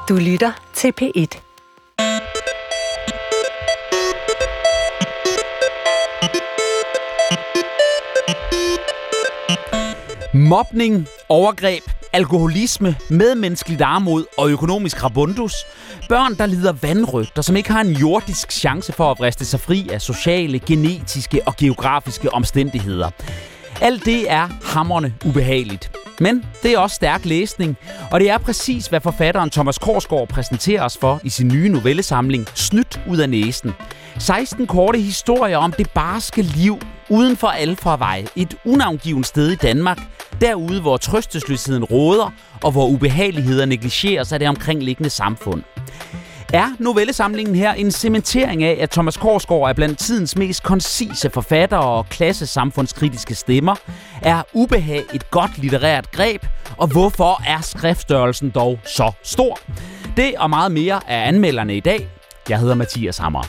Du lytter til P1. Mobning, overgreb, alkoholisme, medmenneskeligt armod og økonomisk rabundus. Børn, der lider vanrøgt og som ikke har en jordisk chance for at vriste sig fri af sociale, genetiske og geografiske omstændigheder. Alt det er hamrende ubehageligt. Men det er også stærk læsning, og det er præcis, hvad forfatteren Thomas Korsgaard præsenterer os for i sin nye novellesamling Snydt ud af næsen. 16 korte historier om det barske liv uden for alfarvej, et unavngivet sted i Danmark, derude hvor trøstesløsheden råder, og hvor ubehageligheder negligeres af det omkringliggende samfund. Er novellesamlingen her en cementering af, at Thomas Korsgaard er blandt tidens mest koncise forfattere og klassesamfundskritiske stemmer? Er ubehag et godt litterært greb? Og hvorfor er skriftstørrelsen dog så stor? Det og meget mere er anmelderne i dag. Jeg hedder Mathias Hammer.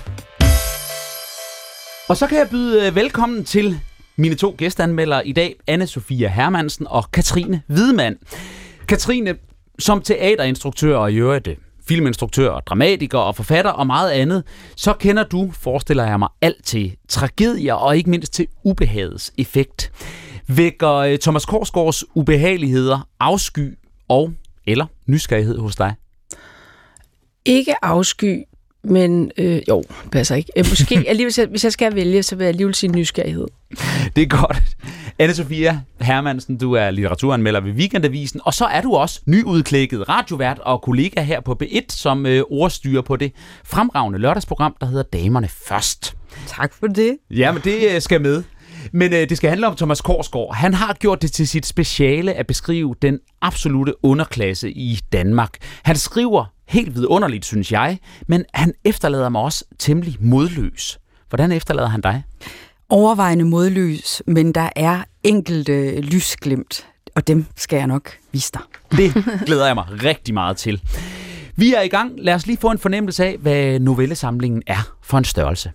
Og så kan jeg byde velkommen til mine to gæsteanmeldere i dag, Anne-Sophia Hermansen og Katrine Hvidemann. Katrine, som teaterinstruktør og i øvrigt filminstruktør og dramatiker og forfatter og meget andet, så kender du, forestiller jeg mig, alt til tragedier og ikke mindst til ubehagets effekt. Vækker Thomas Korsgaards ubehageligheder afsky og eller nysgerrighed hos dig? Ikke afsky, men jo, passer ikke. Måske alligevel, hvis jeg skal vælge, så vil jeg alligevel sige nysgerrighed. Det er godt. Anne-Sophia Hermansen, du er litteraturanmelder ved Weekendavisen, og så er du også nyudklækket radiovært og kollega her på B1, som ordstyrer på det fremragende lørdagsprogram, der hedder Damerne Først. Tak for det. Ja, men det skal med. Men det skal handle om Thomas Korsgaard. Han har gjort det til sit speciale at beskrive den absolute underklasse i Danmark. Han skriver helt vidunderligt, synes jeg, men han efterlader mig også temmelig modløs. Hvordan efterlader han dig? Overvejende modløs, men der er enkelte lysglimt, og dem skal jeg nok vise dig. Det glæder jeg mig rigtig meget til. Vi er i gang. Lad os lige få en fornemmelse af, hvad novellesamlingen er for en størrelse.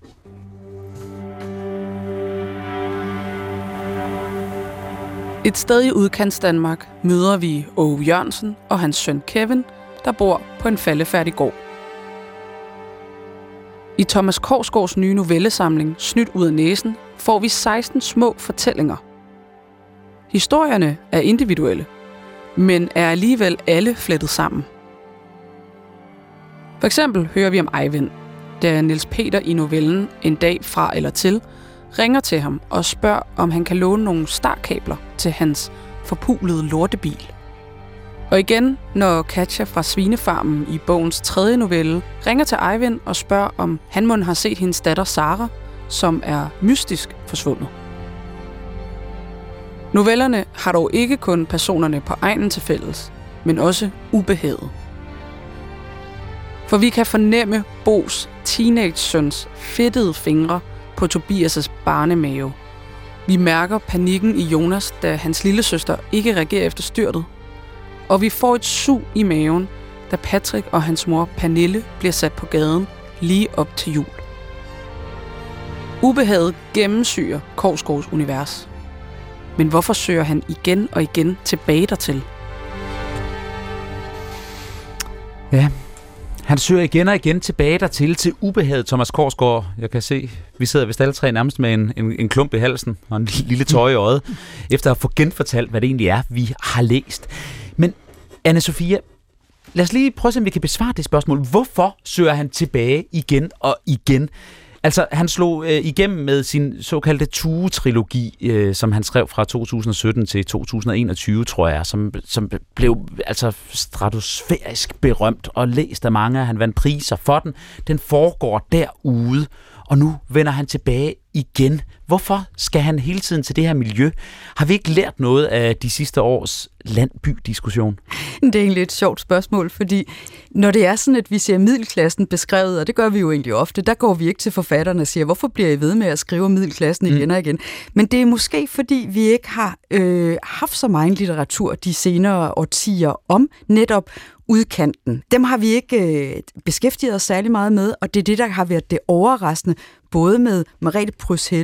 Et sted i udkantsdanmark møder vi Åge Jørgensen og hans søn Kevin, der bor på en faldefærdig gård. I Thomas Korsgaards nye novellesamling Snydt ud af næsen får vi 16 små fortællinger. Historierne er individuelle, men er alligevel alle flettet sammen. For eksempel hører vi om Eivind, da Niels Peter i novellen En dag fra eller til ringer til ham og spørger, om han kan låne nogle startkabler til hans forpulede lortebil. Og igen, når Katja fra Svinefarmen i bogens 3. novelle ringer til Eivind og spørger, om han mon har set hendes datter Sara, som er mystisk forsvundet. Novellerne har dog ikke kun personerne på egnen til fælles, men også ubehaget. For vi kan fornemme Bos teenage-søns fedtede fingre på Tobias' barnemave. Vi mærker panikken i Jonas, da hans lillesøster ikke reagerer efter styrtet. Og vi får et sug i maven, da Patrick og hans mor Pernille bliver sat på gaden lige op til jul. Ubehaget gennemsyrer Korsgaards univers. Men hvorfor søger han igen og igen tilbage dertil? Ja, han søger igen og igen tilbage dertil til ubehaget Thomas Korsgaard. Jeg kan se, vi sidder vist alle tre nærmest med en klump i halsen og en lille tøj i øjet, efter at få genfortalt, hvad det egentlig er, vi har læst. Men Anne-Sophia, lad os lige prøve at se, om vi kan besvare det spørgsmål. Hvorfor søger han tilbage igen og igen? Altså, han slog igennem med sin såkaldte Tue-trilogi, som han skrev fra 2017 til 2021, tror jeg, som blev altså stratosfærisk berømt og læst af mange. Han vandt priser for den. Den foregår derude, og nu vender han tilbage igen. Hvorfor skal han hele tiden til det her miljø? Har vi ikke lært noget af de sidste års land-by-diskussion? Det er egentlig et sjovt spørgsmål, fordi når det er sådan, at vi ser middelklassen beskrevet, og det gør vi jo egentlig ofte, der går vi ikke til forfatterne og siger, hvorfor bliver I ved med at skrive middelklassen igen og igen? Men det er måske, fordi vi ikke har haft så meget litteratur de senere årtier om netop udkanten. Dem har vi ikke beskæftiget os særlig meget med, og det er det, der har været det overraskende, både med Merete Pryds Helle.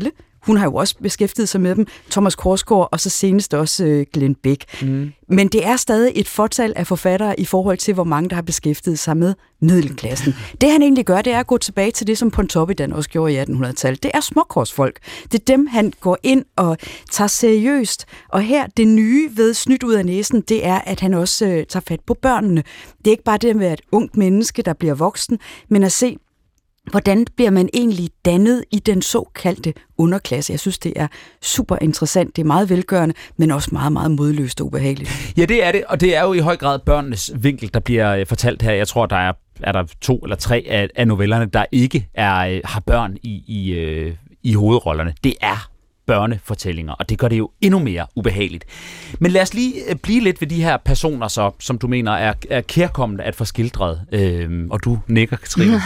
Hun har jo også beskæftiget sig med dem. Thomas Korsgaard, og så senest også Glenn Beck. Men det er stadig et fortal af forfattere i forhold til, hvor mange der har beskæftiget sig med middelklassen. Det han egentlig gør, det er at gå tilbage til det, som Pontoppidan også gjorde i 1800-tallet. Det er småkorsfolk. Det er dem, han går ind og tager seriøst. Og her, det nye ved Snydt ud af næsen, det er, at han også tager fat på børnene. Det er ikke bare det at være et ungt menneske, der bliver voksen, men at se, hvordan bliver man egentlig dannet i den såkaldte underklasse? Jeg synes, det er super interessant. Det er meget velgørende, men også meget, meget modløst og ubehageligt. Ja, det er det, og det er jo i høj grad børnenes vinkel, der bliver fortalt her. Jeg tror, der er 2 eller 3 af novellerne, der ikke har børn i hovedrollerne. Det er børnefortællinger, og det gør det jo endnu mere ubehageligt. Men lad os lige blive lidt ved de her personer, så, som du mener er kærkommende at få skildret, og du nikker, Katrine.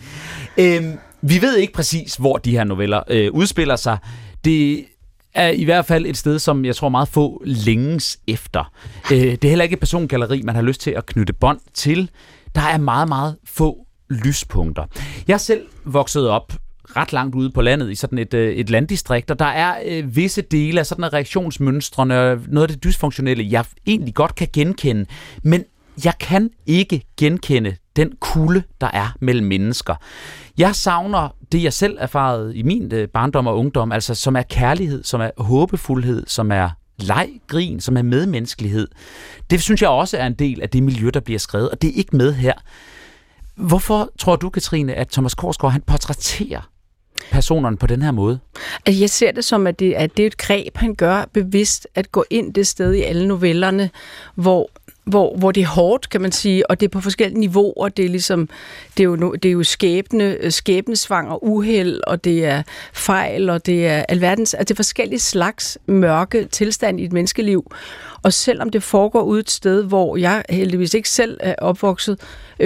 Vi ved ikke præcis, hvor de her noveller udspiller sig. Det er i hvert fald et sted, som jeg tror meget få længes efter. Det er heller ikke et persongalleri, man har lyst til at knytte bånd til. Der er meget, meget få lyspunkter. Jeg er selv vokset op ret langt ude på landet i sådan et landdistrikt, og der er visse dele af sådan en reaktionsmønstrene, noget af det dysfunktionelle, jeg egentlig godt kan genkende, men jeg kan ikke genkende den kulde, der er mellem mennesker. Jeg savner det, jeg selv erfarede i min barndom og ungdom, altså som er kærlighed, som er håbefuldhed, som er leg, grin, som er medmenneskelighed. Det synes jeg også er en del af det miljø, der bliver skrevet, og det er ikke med her. Hvorfor tror du, Katrine, at Thomas Korsgaard han portrætterer personerne på den her måde? Altså, jeg ser det som, at det er et greb, han gør bevidst at gå ind det sted i alle novellerne, hvor det er hårdt, kan man sige, og det er på forskellige niveauer. Det er ligesom, det er jo skæbnesvang og uheld, og det er fejl, og det er alverdens, altså det er forskellige slags mørke tilstand i et menneskeliv. Og selvom det foregår ude et sted, hvor jeg heldigvis ikke selv er opvokset,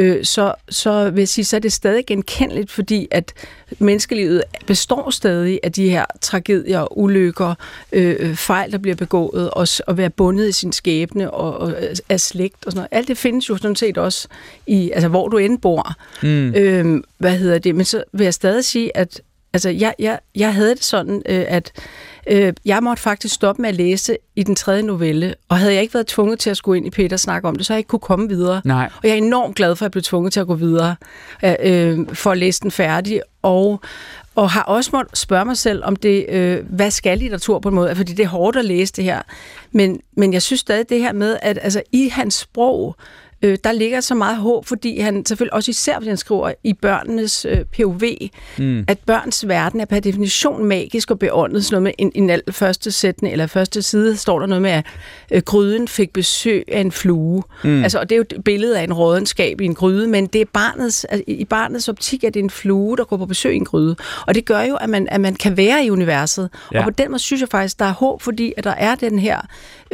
så vil jeg sige, så er det stadig genkendeligt, fordi at menneskelivet består stadig af de her tragedier, ulykker, fejl, der bliver begået, og at være bundet i sin skæbne og af slægt og sådan noget. Alt det findes jo sådan set også i, altså hvor du end bor. Men så vil jeg stadig sige, at altså, jeg havde det sådan, at jeg måtte faktisk stoppe med at læse i den 3. novelle, og havde jeg ikke været tvunget til at skulle ind i Peter og snakke om det, så havde jeg ikke kunne komme videre. Nej. Og jeg er enormt glad for, at jeg blev tvunget til at gå videre, for at læse den færdig, og har også måttet spørge mig selv om det, hvad skal litteratur på en måde, fordi det er hårdt at læse det her. Men jeg synes stadig det her med, at altså, i hans sprog, der ligger så meget håb, fordi han selvfølgelig også især, fordi han skriver i børnenes POV, at børns verden er per definition magisk og beåndet. Sådan noget med en første sætning, eller første side, står der noget med, at gryden fik besøg af en flue. Altså, og det er jo et billede af en rådenskab i en gryde, men det er i barnets optik, at det er en flue, der går på besøg i en gryde. Og det gør jo, at man kan være i universet. Ja. Og på den måde synes jeg faktisk, der er håb, fordi at der er den her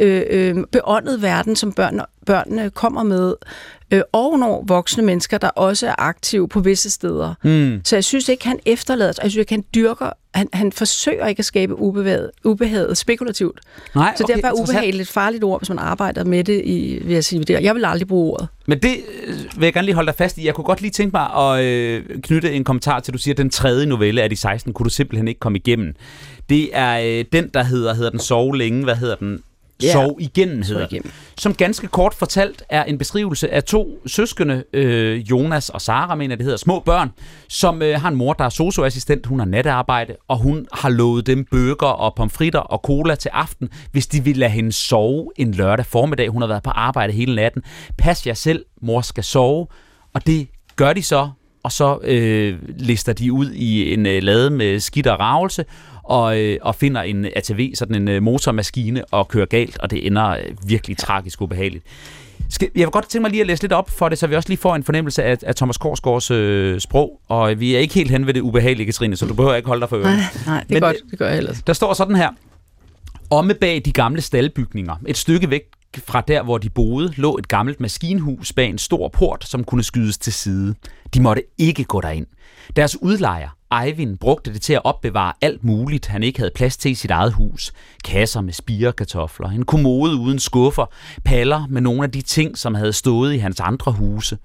beåndede verden, som børnene kommer med, og når voksne mennesker, der også er aktive på visse steder. Så jeg synes ikke, han efterlader sig. Jeg synes ikke, han dyrker. Han forsøger ikke at skabe ubehaget spekulativt. Nej, så derfor er ubehageligt et farligt ord, hvis man arbejder med det vil jeg sige. Jeg vil aldrig bruge ordet. Men det vil jeg gerne lige holde dig fast i. Jeg kunne godt lige tænke mig at knytte en kommentar til, du siger, at den 3. novelle af de 16 kunne du simpelthen ikke komme igennem. Det er den, der hedder den Sove længe. Hvad hedder den? Sov igennem hedder den. Som ganske kort fortalt er en beskrivelse af 2 søskende, Jonas og Sara, mener det hedder, små børn, som har en mor, der er sosu-assistent, hun har natarbejde, og hun har lovet dem burger og pomfritter og cola til aften, hvis de vil lade hende sove en lørdag formiddag. Hun har været på arbejde hele natten. Pas jer selv, mor skal sove, og det gør de så, og så lister de ud i en lade med skidt og ravelse, og finder en ATV, sådan en motormaskine, og kører galt, og det ender virkelig tragisk ubehageligt. Jeg vil godt tænke mig lige at læse lidt op for det, så vi også lige får en fornemmelse af Thomas Korsgaards sprog, og vi er ikke helt hen ved det ubehagelige, Katrine, så du behøver ikke holde dig for ørerne. Nej, det er godt, det gør jeg ellers. Der står sådan her: omme bag de gamle staldbygninger, et stykke væk fra der, hvor de boede, lå et gammelt maskinhus bag en stor port, som kunne skydes til side. De måtte ikke gå derind. Deres udlejer, Eivind, brugte det til at opbevare alt muligt, han ikke havde plads til i sit eget hus. Kasser med spirekartofler, en kommode uden skuffer, paller med nogle af de ting, som havde stået i hans andre huse.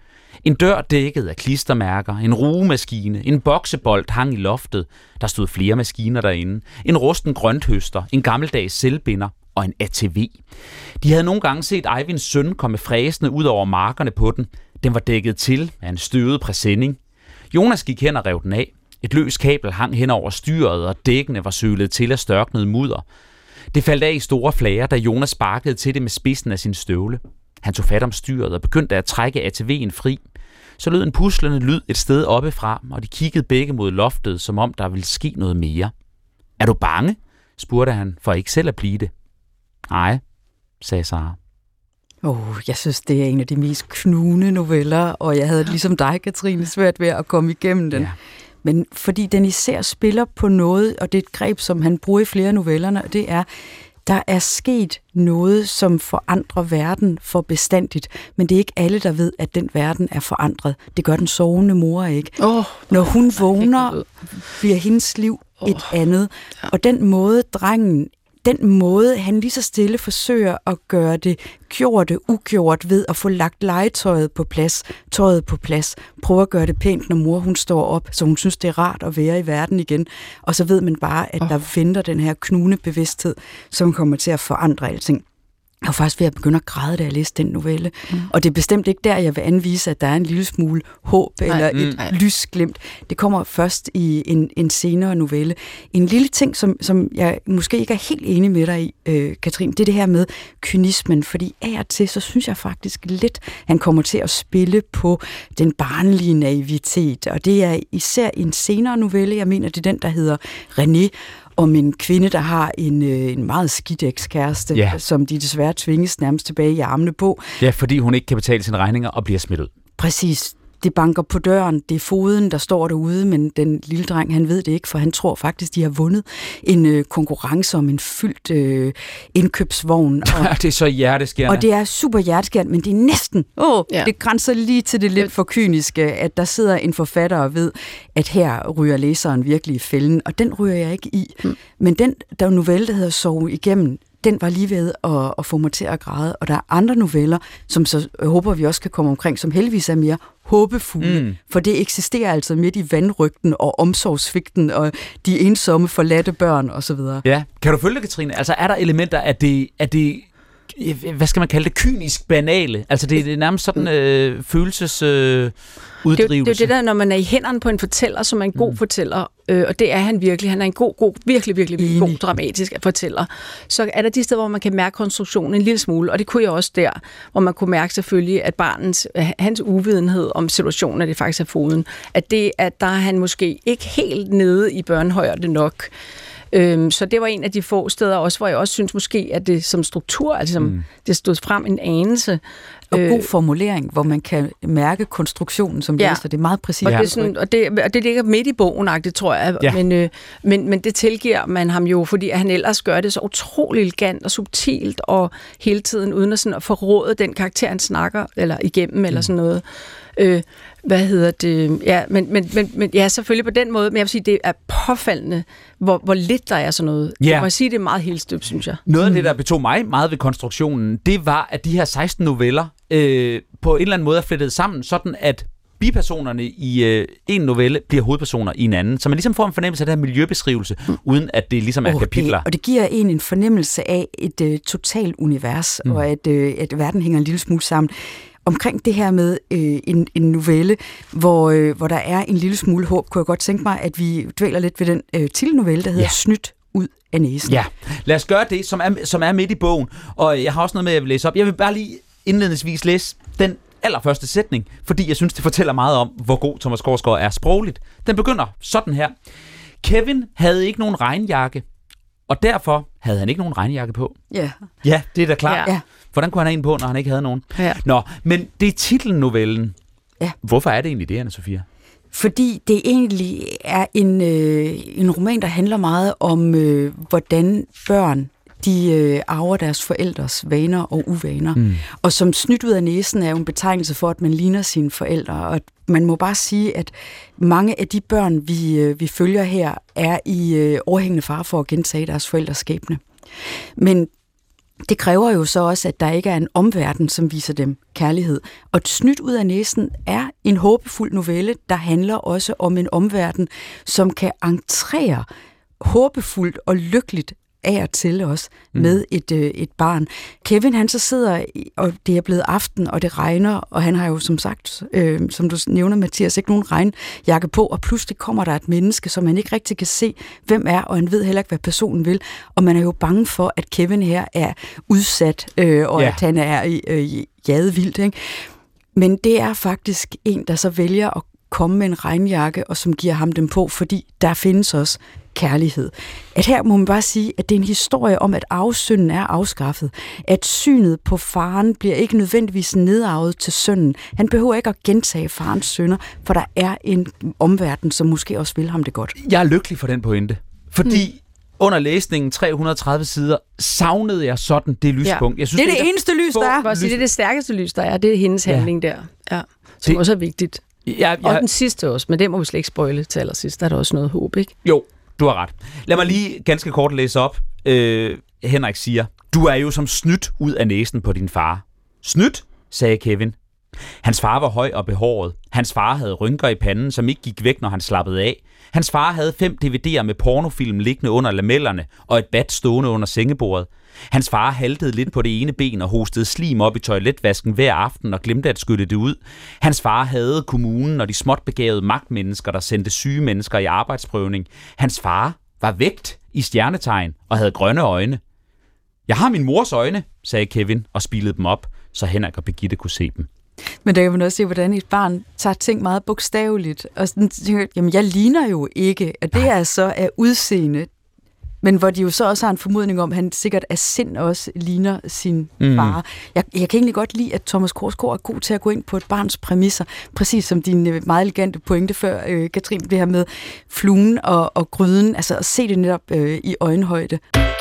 En dør dækket af klistermærker, en rugemaskine, en boksebold hang i loftet. Der stod flere maskiner derinde. En rusten grønthøster, en gammeldags selvbinder og en ATV. De havde nogle gange set Eivinds søn komme fræsende ud over markerne på den. Den var dækket til af en støvet præsending. Jonas gik hen og rev den af. Et løst kabel hang hen over styret, og dækkene var sølet til af størknet mudder. Det faldt af i store flager, da Jonas sparkede til det med spidsen af sin støvle. Han tog fat om styret og begyndte at trække ATV'en fri. Så lød en puslende lyd et sted oppefra, og de kiggede begge mod loftet, som om der ville ske noget mere. Er du bange? Spurgte han, for ikke selv at blive det. Nej, sagde Sara. Jeg synes, det er en af de mest knugende noveller, og jeg havde ligesom dig, Katrine, svært ved at komme igennem den. Ja. Men fordi den især spiller på noget, og det er et greb, som han bruger i flere af novellerne, og det er, der er sket noget, som forandrer verden for bestandigt, men det er ikke alle, der ved, at den verden er forandret. Det gør den sovende mor ikke. Når hun vågner, bliver hendes liv et andet. Ja. Og den måde, han lige så stille forsøger at gøre det gjorte ugjort ved at få lagt legetøjet på plads, tøjet på plads, prøve at gøre det pænt, når mor hun står op, så hun synes, det er rart at være i verden igen. Og så ved man bare, at der venter den her knugende bevidsthed, som kommer til at forandre alting. Jeg var faktisk ved at begynde at græde, da jeg læste den novelle. Og det er bestemt ikke der, jeg vil anvise, at der er en lille smule håb eller et lysglimt. Det kommer først i en senere novelle. En lille ting, som jeg måske ikke er helt enig med dig i, Katrine, det er det her med kynismen. Fordi af og til, så synes jeg faktisk lidt, han kommer til at spille på den barnlige naivitet. Og det er især en senere novelle. Jeg mener, det er den, der hedder René, om en kvinde, der har en meget skidt ekskæreste, som de desværre tvinges nærmest tilbage i armene på. Ja, fordi hun ikke kan betale sine regninger og bliver smidt ud. Præcis. Det banker på døren, det er foden, der står derude, men den lille dreng, han ved det ikke, for han tror faktisk, de har vundet en konkurrence om en fyldt indkøbsvogn. Det er så hjerteskærende. Og det er super hjerteskærende, men det er næsten, det grænser lige til det lidt for kyniske, at der sidder en forfatter og ved, at her ryger læseren virkelig i fælden, og den ryger jeg ikke i. Men den der novelle, der hedder Sove igennem, den var lige ved at få mig til at græde. Og der er andre noveller, som så håber vi også kan komme omkring, som heldigvis er mere håbefulde. For det eksisterer altså midt i vandrygten og omsorgsvigten og de ensomme forladte børn osv. Ja, kan du følge det, Katrine? Altså er der elementer af det hvad skal man kalde det, kynisk banale? Altså det er nærmest sådan uddrivelse. Det er jo det der, når man er i hænderne på en fortæller, som er en god fortæller, og det er han virkelig. Han er en virkelig god dramatisk fortæller. Så er der de steder, hvor man kan mærke konstruktionen en lille smule, og det kunne jeg også der, hvor man kunne mærke selvfølgelig, at hans uvidenhed om situationen, at det faktisk er foden, at der er han måske ikke helt nede i børnehøjde nok. Så det var en af de få steder også, hvor jeg også synes måske, at det som struktur, altså som det stod frem en anelse. Og god formulering, hvor man kan mærke konstruktionen som læser. Det er meget præcist. Og det ligger midt i bogen-agtigt, tror jeg. Ja. Men det tilgiver man ham jo, fordi han ellers gør det så utrolig elegant og subtilt, og hele tiden uden at forråde den karakter, han snakker eller igennem, eller sådan noget. Ja, men ja, selvfølgelig på den måde, men jeg vil sige, det er påfaldende, hvor lidt der er sådan noget. Jeg må sige, det er meget helstøbt, synes jeg. Noget af det, der betog mig meget ved konstruktionen, det var, at de her 16 noveller på en eller anden måde er flettet sammen, sådan at bipersonerne i en novelle bliver hovedpersoner i en anden. Så man ligesom får en fornemmelse af det her miljøbeskrivelse, uden at det ligesom er kapitler. Og det giver en fornemmelse af et totalt univers, og at verden hænger en lille smule sammen. Omkring det her med en novelle, hvor der er en lille smule håb, kunne jeg godt tænke mig, at vi dvæler lidt ved den titelnovelle, der hedder Snydt ud af næsen. Ja, lad os gøre det, som er midt i bogen. Og jeg har også noget med, jeg vil læse op. Jeg vil bare lige indledningsvis læse den allerførste sætning, fordi jeg synes, det fortæller meget om, hvor god Thomas Korsgaard er sprogligt. Den begynder sådan her. Kevin havde ikke nogen regnjakke, og derfor havde han ikke nogen regnjakke på. Ja, det er da klart. Ja. Hvordan kunne han have en på, når han ikke havde nogen? Ja. Nå, men det er titelnovellen. Ja. Hvorfor er det egentlig det, Anna-Sophia? Fordi det egentlig er en roman, der handler meget om, hvordan børn de arver deres forældres vaner og uvaner. Og som snydt ud af næsen er jo en betegnelse for, at man ligner sine forældre. Og man må bare sige, at mange af de børn, vi følger her, er i overhængende fare for at gentage deres forældres skæbne. Men det kræver jo så også, at der ikke er en omverden, som viser dem kærlighed. Og Snydt ud af næsen er en håbefuld novelle, der handler også om en omverden, som kan entrere håbefuldt og lykkeligt af og til os med et barn. Kevin, han så sidder, og det er blevet aften, og det regner, og han har jo som sagt, som du nævner, Mathias, ikke nogen regnjakke på, og pludselig kommer der et menneske, som man ikke rigtig kan se, hvem er, og han ved heller ikke, hvad personen vil, og man er jo bange for, at Kevin her er udsat, og at han er jadevildt, ikke? Men det er faktisk en, der så vælger at komme med en regnjakke, og som giver ham dem på, fordi der findes også kærlighed. At her må man bare sige, at det er en historie om, at arvesynden er afskaffet. At synet på faren bliver ikke nødvendigvis nedarvet til sønnen. Han behøver ikke at gentage farens synder, for der er en omverden, som måske også vil ham det godt. Jeg er lykkelig for den pointe, fordi under læsningen 330 sider savnede jeg sådan det lyspunkt. Jeg synes, det er det eneste lys, der er. Det er det stærkeste lys, der er. Det er hendes handling der. Ja. Som også er vigtigt. Og den sidste også, men det må vi slet ikke spoile til allersidst. Der er der også noget håb, ikke? Jo, du har ret. Lad mig lige ganske kort læse op. Henrik siger, du er jo som snydt ud af næsen på din far. Snydt, sagde Kevin. Hans far var høj og behåret. Hans far havde rynker i panden, som ikke gik væk, når han slappede af. Hans far havde 5 DVD'er med pornofilm liggende under lamellerne og et bat stående under sengebordet. Hans far haltede lidt på det ene ben og hostede slim op i toiletvasken hver aften og glemte at skylle det ud. Hans far havde kommunen og de småt begavede magtmennesker, der sendte syge mennesker i arbejdsprøvning. Hans far var vægt i stjernetegn og havde grønne øjne. Jeg har min mors øjne, sagde Kevin og spilede dem op, så Henrik og Birgitte kunne se dem. Men der kan man også se, hvordan et barn tager ting meget bogstaveligt. Og sådan tænker, jamen jeg ligner jo ikke, og det er så af udseende. Men hvor de jo så også har en formodning om, at han sikkert af sind også ligner sin far. Jeg kan egentlig godt lide, at Thomas Korsgaard er god til at gå ind på et barns præmisser. Præcis som din meget elegante pointe før, Katrine, det her med fluen og gryden. Altså at se det netop i øjenhøjde.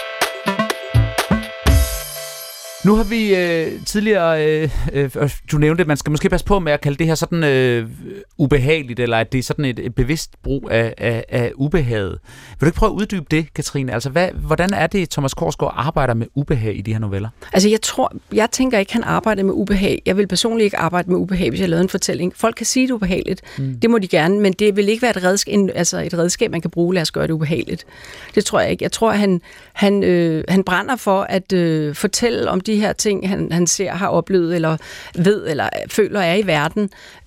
Nu har vi tidligere, du nævnte, at man skal måske passe på med at kalde det her sådan ubehageligt, eller at det er sådan et bevidst brug af ubehaget. Vil du ikke prøve at uddybe det, Katrine? Altså, hvordan er det, Thomas Korsgaard arbejder med ubehag i de her noveller? Altså, jeg tænker ikke, han arbejder med ubehag. Jeg vil personligt ikke arbejde med ubehag, hvis jeg lavede en fortælling. Folk kan sige det ubehageligt. Det må de gerne, men det vil ikke være et redskab, man kan bruge, lad os gøre det ubehageligt. Det tror jeg ikke. Jeg tror, han brænder for at fortælle om de her ting, han ser, har oplevet, eller ved, eller føler er i verden.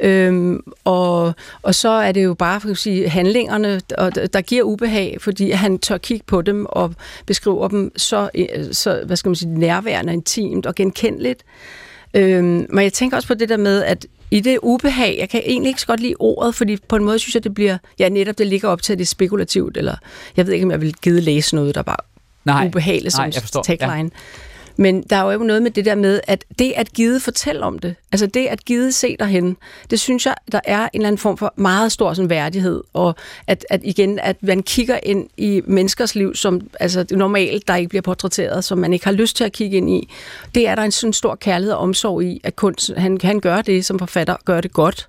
Og så er det jo bare, for at sige, handlingerne, der giver ubehag, fordi han tør kigge på dem og beskriver dem så hvad skal man sige, nærværende, intimt og genkendeligt. Men jeg tænker også på det der med, at i det ubehag, jeg kan egentlig ikke så godt lide ordet, fordi på en måde synes jeg, det bliver, netop det ligger op til, at det er spekulativt, eller jeg ved ikke, om jeg vil gide læse noget, der bare ubehageligt som tagline. Ja. Men der er jo noget med det der med, at det at gide fortælle om det, altså det at gide se derhen, det synes jeg, der er en eller anden form for meget stor sådan værdighed, og at man kigger ind i menneskers liv, som altså normalt, der ikke bliver portrætteret, som man ikke har lyst til at kigge ind i. Det er der en sådan stor kærlighed og omsorg i, at han gør det som forfatter, gør det godt.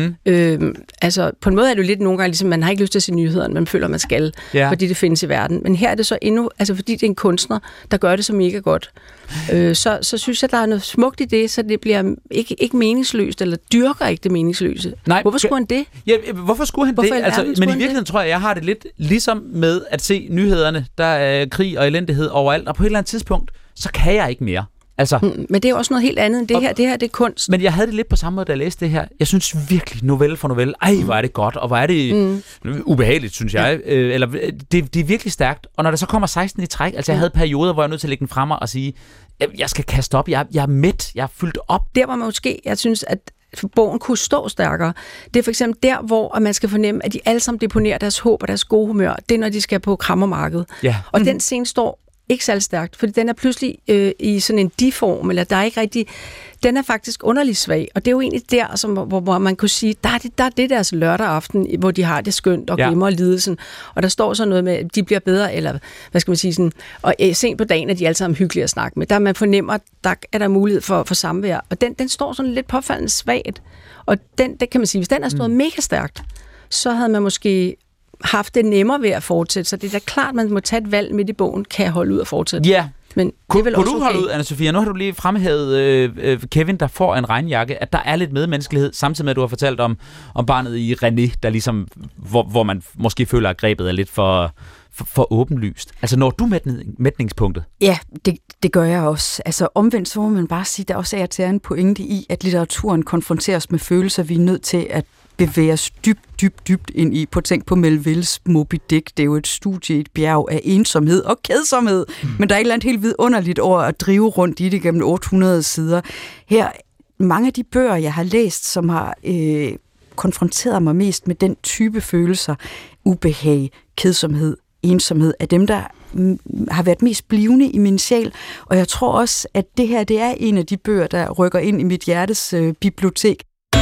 Altså på en måde er det jo lidt nogle gange ligesom, man har ikke lyst til at se nyhederne, man føler, man skal, fordi det findes i verden. Men her er det så endnu, altså fordi det er en kunstner, der gør det så mega godt. Så synes jeg, der er noget smukt i det, så det bliver ikke meningsløst, eller dyrker ikke det meningsløse. Nej, hvorfor skulle han det? Ja, hvorfor skulle han det? Altså, men i virkeligheden tror jeg har det lidt ligesom med at se nyhederne, der er krig og elendighed overalt, og på et eller andet tidspunkt, så kan jeg ikke mere. Altså, men det er også noget helt andet end det her. Det her, det er kunst. Men jeg havde det lidt på samme måde, da jeg læste det her. Jeg synes virkelig, novelle for novelle, hvor er det godt, og hvor er det ubehageligt, synes jeg. Eller det er virkelig stærkt. Og når der så kommer 16 i træk, altså jeg havde perioder, hvor jeg er nødt til at lægge den frem og sige, jeg skal kaste op, jeg er mæt, jeg er fyldt op. Der var måske, jeg synes, at bogen kunne stå stærkere. Det er for eksempel der, hvor man skal fornemme, at de alle sammen deponerer deres håb og deres gode humør. Det er, når de skal på krammermarkedet. Ja. Og den scene står ikke særlig stærkt, fordi den er pludselig i sådan en de-form, eller der er ikke rigtig, den er faktisk underligt svag, og det er jo egentlig der, hvor man kunne sige, der er det deres lørdag aften, hvor de har det skønt og glemmer lidelsen, og der står så noget med, at de bliver bedre, eller hvad skal man sige, sådan, og sent på dagen er de alle sammen hyggelige at snakke med, der man fornemmer, der er der mulighed for samvær, og den står sådan lidt påfaldende svagt, og det kan man sige, hvis den er stået mega stærkt, så havde man måske haft det nemmere ved at fortsætte, så det er da klart, at man må tage et valg midt i bogen, kan jeg holde ud og fortsætte. Ja, Men Kunne du holde ud, Anna-Sophia? Nu har du lige fremhævet Kevin, der får en regnjakke, at der er lidt medmenneskelighed, samtidig med, at du har fortalt om barnet i René, der ligesom, hvor man måske føler, at grebet er lidt for åbenlyst. Altså, når du mætningspunktet? Ja, det gør jeg også. Altså, omvendt så må man bare sige, der også er en pointe i, at litteraturen konfronteres med følelser, vi er nødt til at bevæge os dybt ind i. Tænk på Melvilles Moby Dick. Det er jo et studie i et bjerg af ensomhed og kedsomhed. Men der er et eller andet helt vidunderligt over at drive rundt i det gennem 800 sider. Her, mange af de bøger, jeg har læst, som har konfronteret mig mest med den type følelser, ubehag, kedsomhed, ensomhed, er dem, der har været mest blivende i min sjæl. Og jeg tror også, at det her, det er en af de bøger, der rykker ind i mit hjertes bibliotek.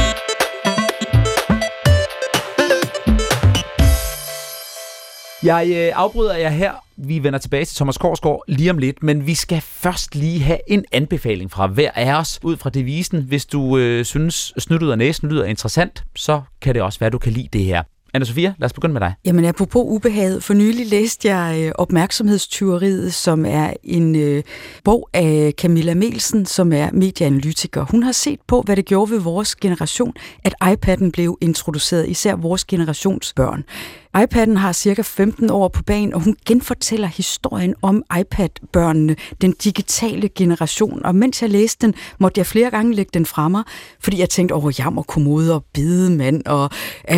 Jeg afbryder jer her. Vi vender tilbage til Thomas Korsgaard lige om lidt, men vi skal først lige have en anbefaling fra hver af os ud fra devisen. Hvis du synes, snydt ud af næsen lyder interessant, så kan det også være, du kan lide det her. Anna-Sophia, lad os begynde med dig. Jamen, apropos ubehaget. For nylig læste jeg Opmærksomhedstyveriet, som er en bog af Camilla Melsen, som er medieanalytiker. Hun har set på, hvad det gjorde ved vores generation, at iPad'en blev introduceret, især vores generations børn. iPad'en har cirka 15 år på banen, og hun genfortæller historien om iPad-børnene, den digitale generation. Og mens jeg læste den, måtte jeg flere gange lægge den fra mig, fordi jeg tænkte over jammer, kommode og bedemand, og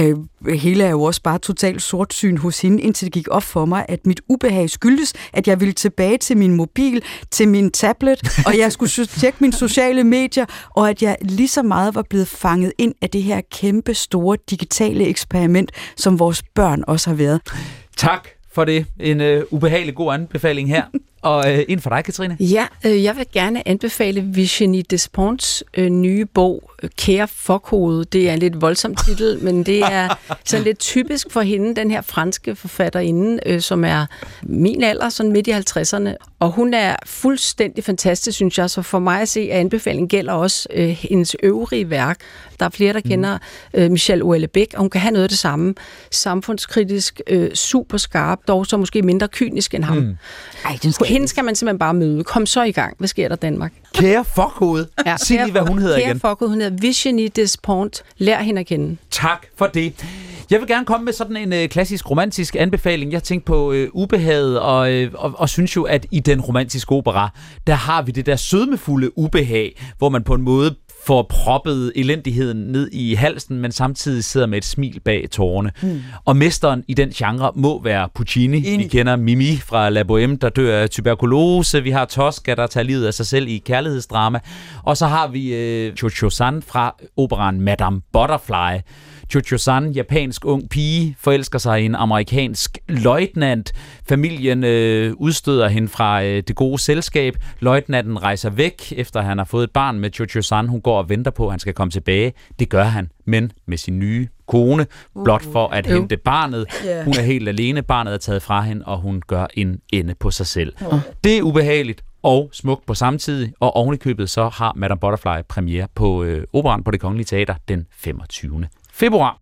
hele er jo også bare totalt sortsyn hos hende, indtil det gik op for mig, at mit ubehag skyldes, at jeg ville tilbage til min mobil, til min tablet, og jeg skulle tjekke mine sociale medier, og at jeg lige så meget var blevet fanget ind af det her kæmpe store digitale eksperiment, som vores børn også har været. Tak for det. En ubehagelig god anbefaling her. Og en for dig, Katrine? Ja, jeg vil gerne anbefale Virginie Desponts nye bog, Kære Fuckhoved. Det er en lidt voldsom titel, men det er sådan lidt typisk for hende, den her franske forfatterinde, som er min alder, sådan midt i 50'erne. Og hun er fuldstændig fantastisk, synes jeg. Så for mig at se, at anbefalingen gælder også hendes øvrige værk. Der er flere, der kender Michel Houellebecq, og hun kan have noget af det samme. Samfundskritisk, super skarp, dog så måske mindre kynisk end ham. Hende skal man simpelthen bare møde. Kom så i gang. Hvad sker der, Danmark? Kære Fuckhoved. Ja, sig lige, hvad hun hedder igen. Kære Fuckhoved. Hun hedder Virginie Despont. Lær hende at kende. Tak for det. Jeg vil gerne komme med sådan en klassisk romantisk anbefaling. Jeg tænkte på ubehaget, og synes jo, at i den romantiske opera, der har vi det der sødmefulde ubehag, hvor man på en måde får proppet elendigheden ned i halsen, men samtidig sidder med et smil bag tårerne. Og mesteren i den genre må være Puccini. Vi kender Mimi fra La Bohème, der dør af tuberkulose. Vi har Tosca, der tager livet af sig selv i kærlighedsdrama. Og så har vi Cho-Cho-San fra operaen Madame Butterfly. Cho-Cho-San, japansk ung pige, forelsker sig i en amerikansk løjtnant. Familien udstøder hende fra det gode selskab. Løjtnanten rejser væk, efter han har fået et barn med Cho-Cho-San. Hun går og venter på, at han skal komme tilbage. Det gør han, men med sin nye kone, blot for at hente barnet. Hun er helt alene, barnet er taget fra hende, og hun gør en ende på sig selv. Det er ubehageligt og smukt på samme tid, og ovenikøbet så har Madame Butterfly premiere på Operaen på Det Kongelige Teater den 25. februar.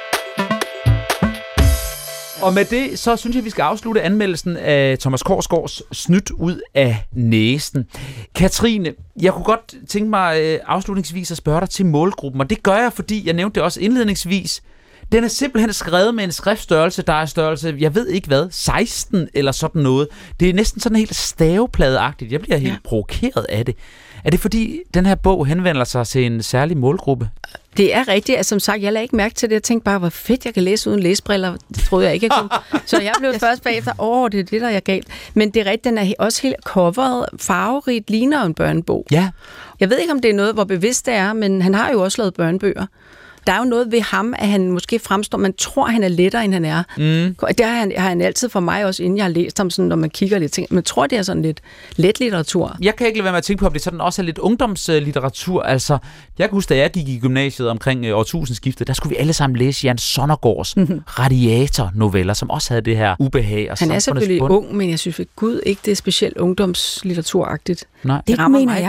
Og med det, så synes jeg, vi skal afslutte anmeldelsen af Thomas Korsgaards Snydt ud af næsen. Katrine, jeg kunne godt tænke mig afslutningsvis at spørge dig til målgruppen, og det gør jeg, fordi jeg nævnte det også indledningsvis. Den er simpelthen skrevet med en skriftstørrelse, der er størrelse, jeg ved ikke hvad, 16 eller sådan noget. Det er næsten sådan helt stavepladeagtigt. Jeg bliver helt provokeret af det. Er det fordi, den her bog henvender sig til en særlig målgruppe? Det er rigtigt. Altså, som sagt, jeg lagde ikke mærke til det. Jeg tænkte bare, hvor fedt, jeg kan læse uden læsbriller. Det troede jeg ikke, jeg kunne. Så jeg blev først bagefter, det er det, der er galt. Men det er rigtigt, den er også helt coveret, farverigt, ligner en børnebog. Ja. Jeg ved ikke, om det er noget, hvor bevidst det er, men han har jo også lavet børnebøger. Der er jo noget ved ham, at han måske fremstår, man tror, han er lettere, end han er. Det har han altid for mig også, inden jeg har læst ham, sådan, når man kigger lidt ting. Man tror, det er sådan lidt let litteratur. Jeg kan ikke lade være med at tænke på, om det sådan også er lidt ungdomslitteratur. Altså, jeg kan huske, da jeg gik i gymnasiet omkring årtusindskiftet, der skulle vi alle sammen læse Jan Sonnergaards Radiator-noveller, som også havde det her ubehag. Og han er selvfølgelig ung, men jeg synes ved Gud ikke, det er specielt ungdomslitteraturagtigt. Nej. Det mener jeg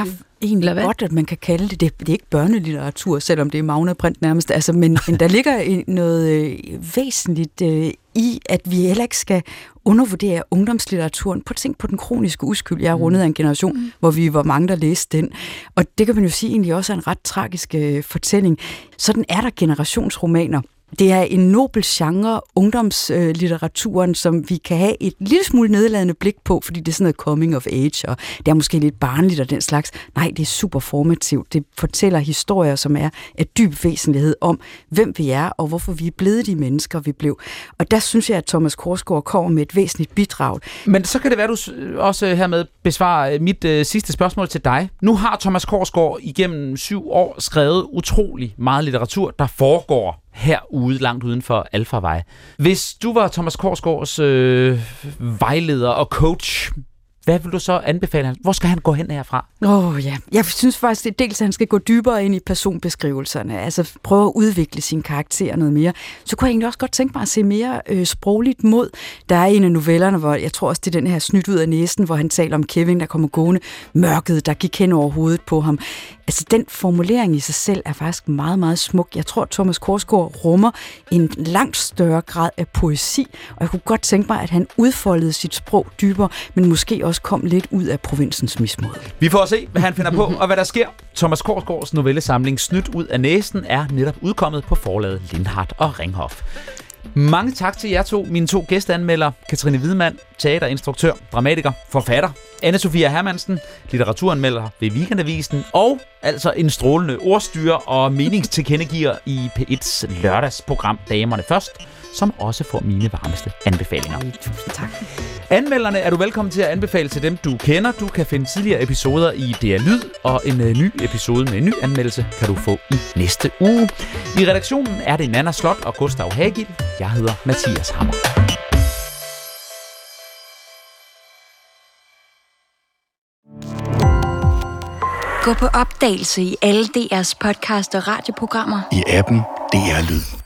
egentlig godt, at man kan kalde det. Det er ikke børnelitteratur, selvom det er Magnaprint nærmest. Altså, men der ligger noget væsentligt i, at vi heller ikke skal undervurdere ungdomslitteraturen. På ting på den kroniske uskyld. Jeg er rundet af en generation, hvor vi var mange, der læste den. Og det kan man jo sige egentlig også er en ret tragisk fortælling. Sådan er der generationsromaner. Det er en nobel genre, ungdomslitteraturen, som vi kan have et lille smule nedladende blik på, fordi det er sådan noget coming of age, og det er måske lidt barnligt og den slags. Nej, det er super formativt. Det fortæller historier, som er af dyb væsentlighed om, hvem vi er, og hvorfor vi er blevet de mennesker, vi blev. Og der synes jeg, at Thomas Korsgaard kommer med et væsentligt bidrag. Men så kan det være, du også hermed besvarer mit sidste spørgsmål til dig. Nu har Thomas Korsgaard igennem 7 år skrevet utrolig meget litteratur, der foregår herude, langt uden for Alfarvej. Hvis du var Thomas Korsgaards vejleder og coach, hvad vil du så anbefale? Hvor skal han gå hen herfra? Ja. Jeg synes faktisk, at dels at han skal gå dybere ind i personbeskrivelserne, altså prøve at udvikle sin karakter noget mere. Så kunne jeg egentlig også godt tænke mig at se mere sprogligt mod. Der er en af novellerne, hvor jeg tror også, det er den her snydt ud af næsen, hvor han taler om Kevin, der kommer gående, mørket, der gik hen over hovedet på ham. Altså den formulering i sig selv er faktisk meget, meget smuk. Jeg tror, at Thomas Korsgaard rummer en langt større grad af poesi, og jeg kunne godt tænke mig, at han udfoldede sit sprog dybere, men måske også kom lidt ud af provinsens mismod. Vi får se, hvad han finder på, og hvad der sker. Thomas Korsgaards novellesamling Snydt ud af næsen er netop udkommet på forlaget Lindhardt og Ringhof. Mange tak til jer to, mine 2 gæsteanmeldere, Katrine Wiedemann, teaterinstruktør, dramatiker, forfatter, Anne-Sophia Hermansen, litteraturanmelder ved Weekendavisen, og altså en strålende ordstyrer og meningstilkendegiver i P1's lørdagsprogram Damerne Først, som også får mine varmeste anbefalinger. Tusind tak. Anmelderne er du velkommen til at anbefale til dem, du kender. Du kan finde tidligere episoder i DR Lyd, og en ny episode med en ny anmeldelse kan du få i næste uge. I redaktionen er det Nana Slot og Gustav Hagil. Jeg hedder Mathias Hammer. Gå på opdagelse i alle DR's podcast og radioprogrammer. I appen DR Lyd.